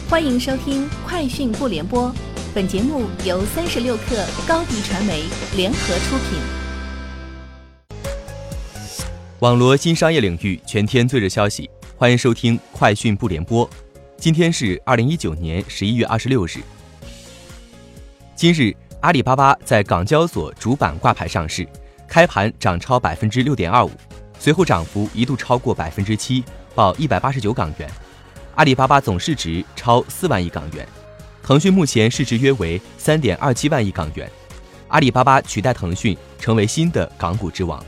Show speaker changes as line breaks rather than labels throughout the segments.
欢迎收听快讯不联播，本节目由36克高迪传媒联合出品。
网罗新商业领域全天最热消息，欢迎收听快讯不联播。今天是2019年11月26日。今日，阿里巴巴在港交所主板挂牌上市，开盘涨超 6.25%， 随后涨幅一度超过 7%， 报189港元。阿里巴巴总市值超4万亿港元，腾讯目前市值约为 3.27 万亿港元。阿里巴巴取代腾讯成为新的港股之王。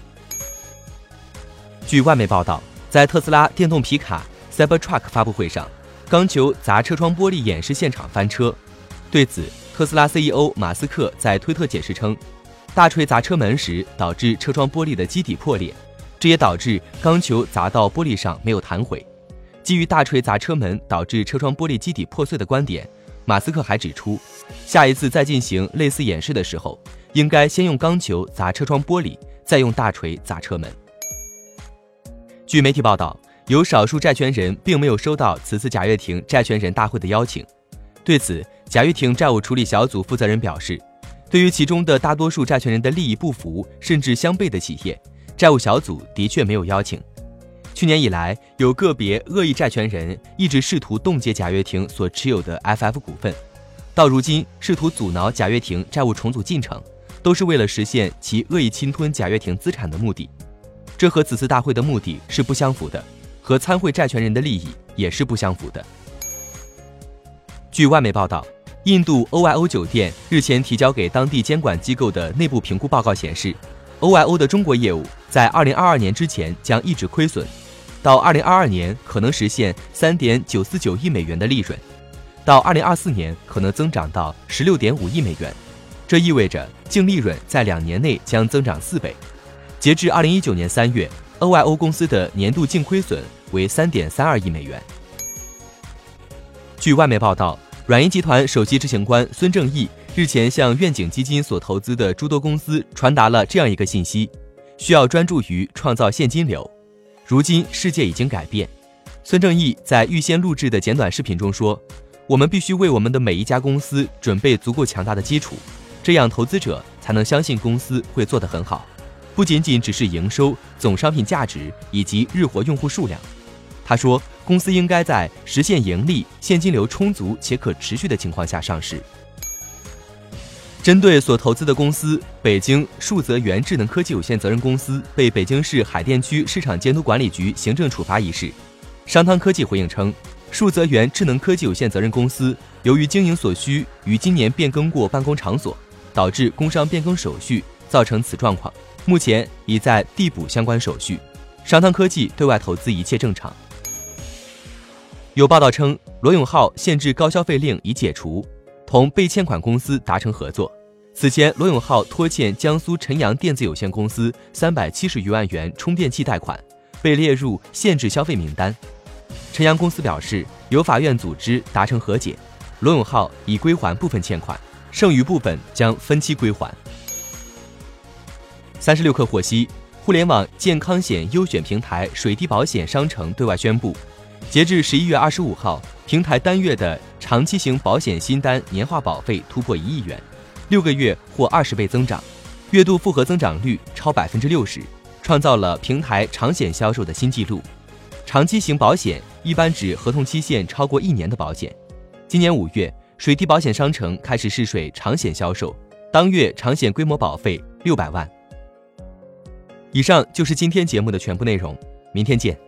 据外媒报道，在特斯拉电动皮卡 Cybertruck 发布会上，钢球砸车窗玻璃演示现场翻车。对此，特斯拉 CEO 马斯克在推特解释称，大锤砸车门时导致车窗玻璃的基底破裂，这也导致钢球砸到玻璃上没有弹回。基于大锤砸车门导致车窗玻璃基底破碎的观点，马斯克还指出，下一次再进行类似演示的时候，应该先用钢球砸车窗玻璃，再用大锤砸车门。据媒体报道，有少数债权人并没有收到此次贾跃亭债权人大会的邀请。对此，贾跃亭债务处理小组负责人表示，对于其中的大多数债权人的利益不符甚至相悖的企业，债务小组的确没有邀请。去年以来，有个别恶意债权人一直试图冻结贾跃亭所持有的 FF 股份，到如今试图阻挠贾跃亭债务重组进程，都是为了实现其恶意侵吞贾跃亭资产的目的。这和此次大会的目的是不相符的，和参会债权人的利益也是不相符的。据外媒报道，印度 OYO 酒店日前提交给当地监管机构的内部评估报告显示， OYO 的中国业务在2022年之前将一直亏损，到2022年可能实现 3.949 亿美元的利润，到2024年可能增长到 16.5 亿美元，这意味着净利润在2年内将增长4倍。截至2019年3月， OYO 公司的年度净亏损为 3.32 亿美元。据外媒报道，软银集团首席执行官孙正义日前向愿景基金所投资的诸多公司传达了这样一个信息：需要专注于创造现金流。如今世界已经改变。孙正义在预先录制的简短视频中说，我们必须为我们的每一家公司准备足够强大的基础，这样投资者才能相信公司会做得很好，不仅仅只是营收、总商品价值以及日活用户数量。他说，公司应该在实现盈利、现金流充足且可持续的情况下上市。针对所投资的公司，北京数泽源智能科技有限责任公司被北京市海淀区市场监督管理局行政处罚一事，商汤科技回应称，数泽源智能科技有限责任公司由于经营所需于今年变更过办公场所，导致工商变更手续造成此状况，目前已在递补相关手续。商汤科技对外投资一切正常。有报道称，罗永浩限制高消费令已解除，同被欠款公司达成合作。此前，罗永浩拖欠江苏晨阳电子有限公司370余万元充电器贷款，被列入限制消费名单。晨阳公司表示，由法院组织达成和解，罗永浩已归还部分欠款，剩余部分将分期归还。36氪获悉，互联网健康险优选平台水滴保险商城对外宣布，截至11月25号，平台单月的长期型保险新单年化保费突破1亿元，6个月或20倍增长，月度复合增长率超 60%， 创造了平台长险销售的新纪录。长期型保险一般指合同期限超过1年的保险。今年5月，水滴保险商城开始试水长险销售，当月长险规模保费600万。以上就是今天节目的全部内容，明天见。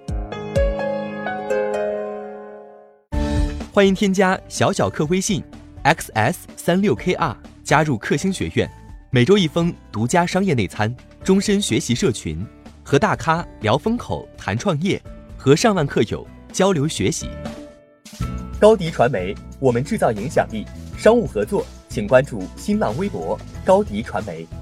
欢迎添加小小客微信 xs36kr 加入克星学院，每周一封独家商业内参，终身学习社群，和大咖聊风口谈创业，和上万客友交流学习。高迪传媒，我们制造影响力。商务合作请关注新浪微博高迪传媒。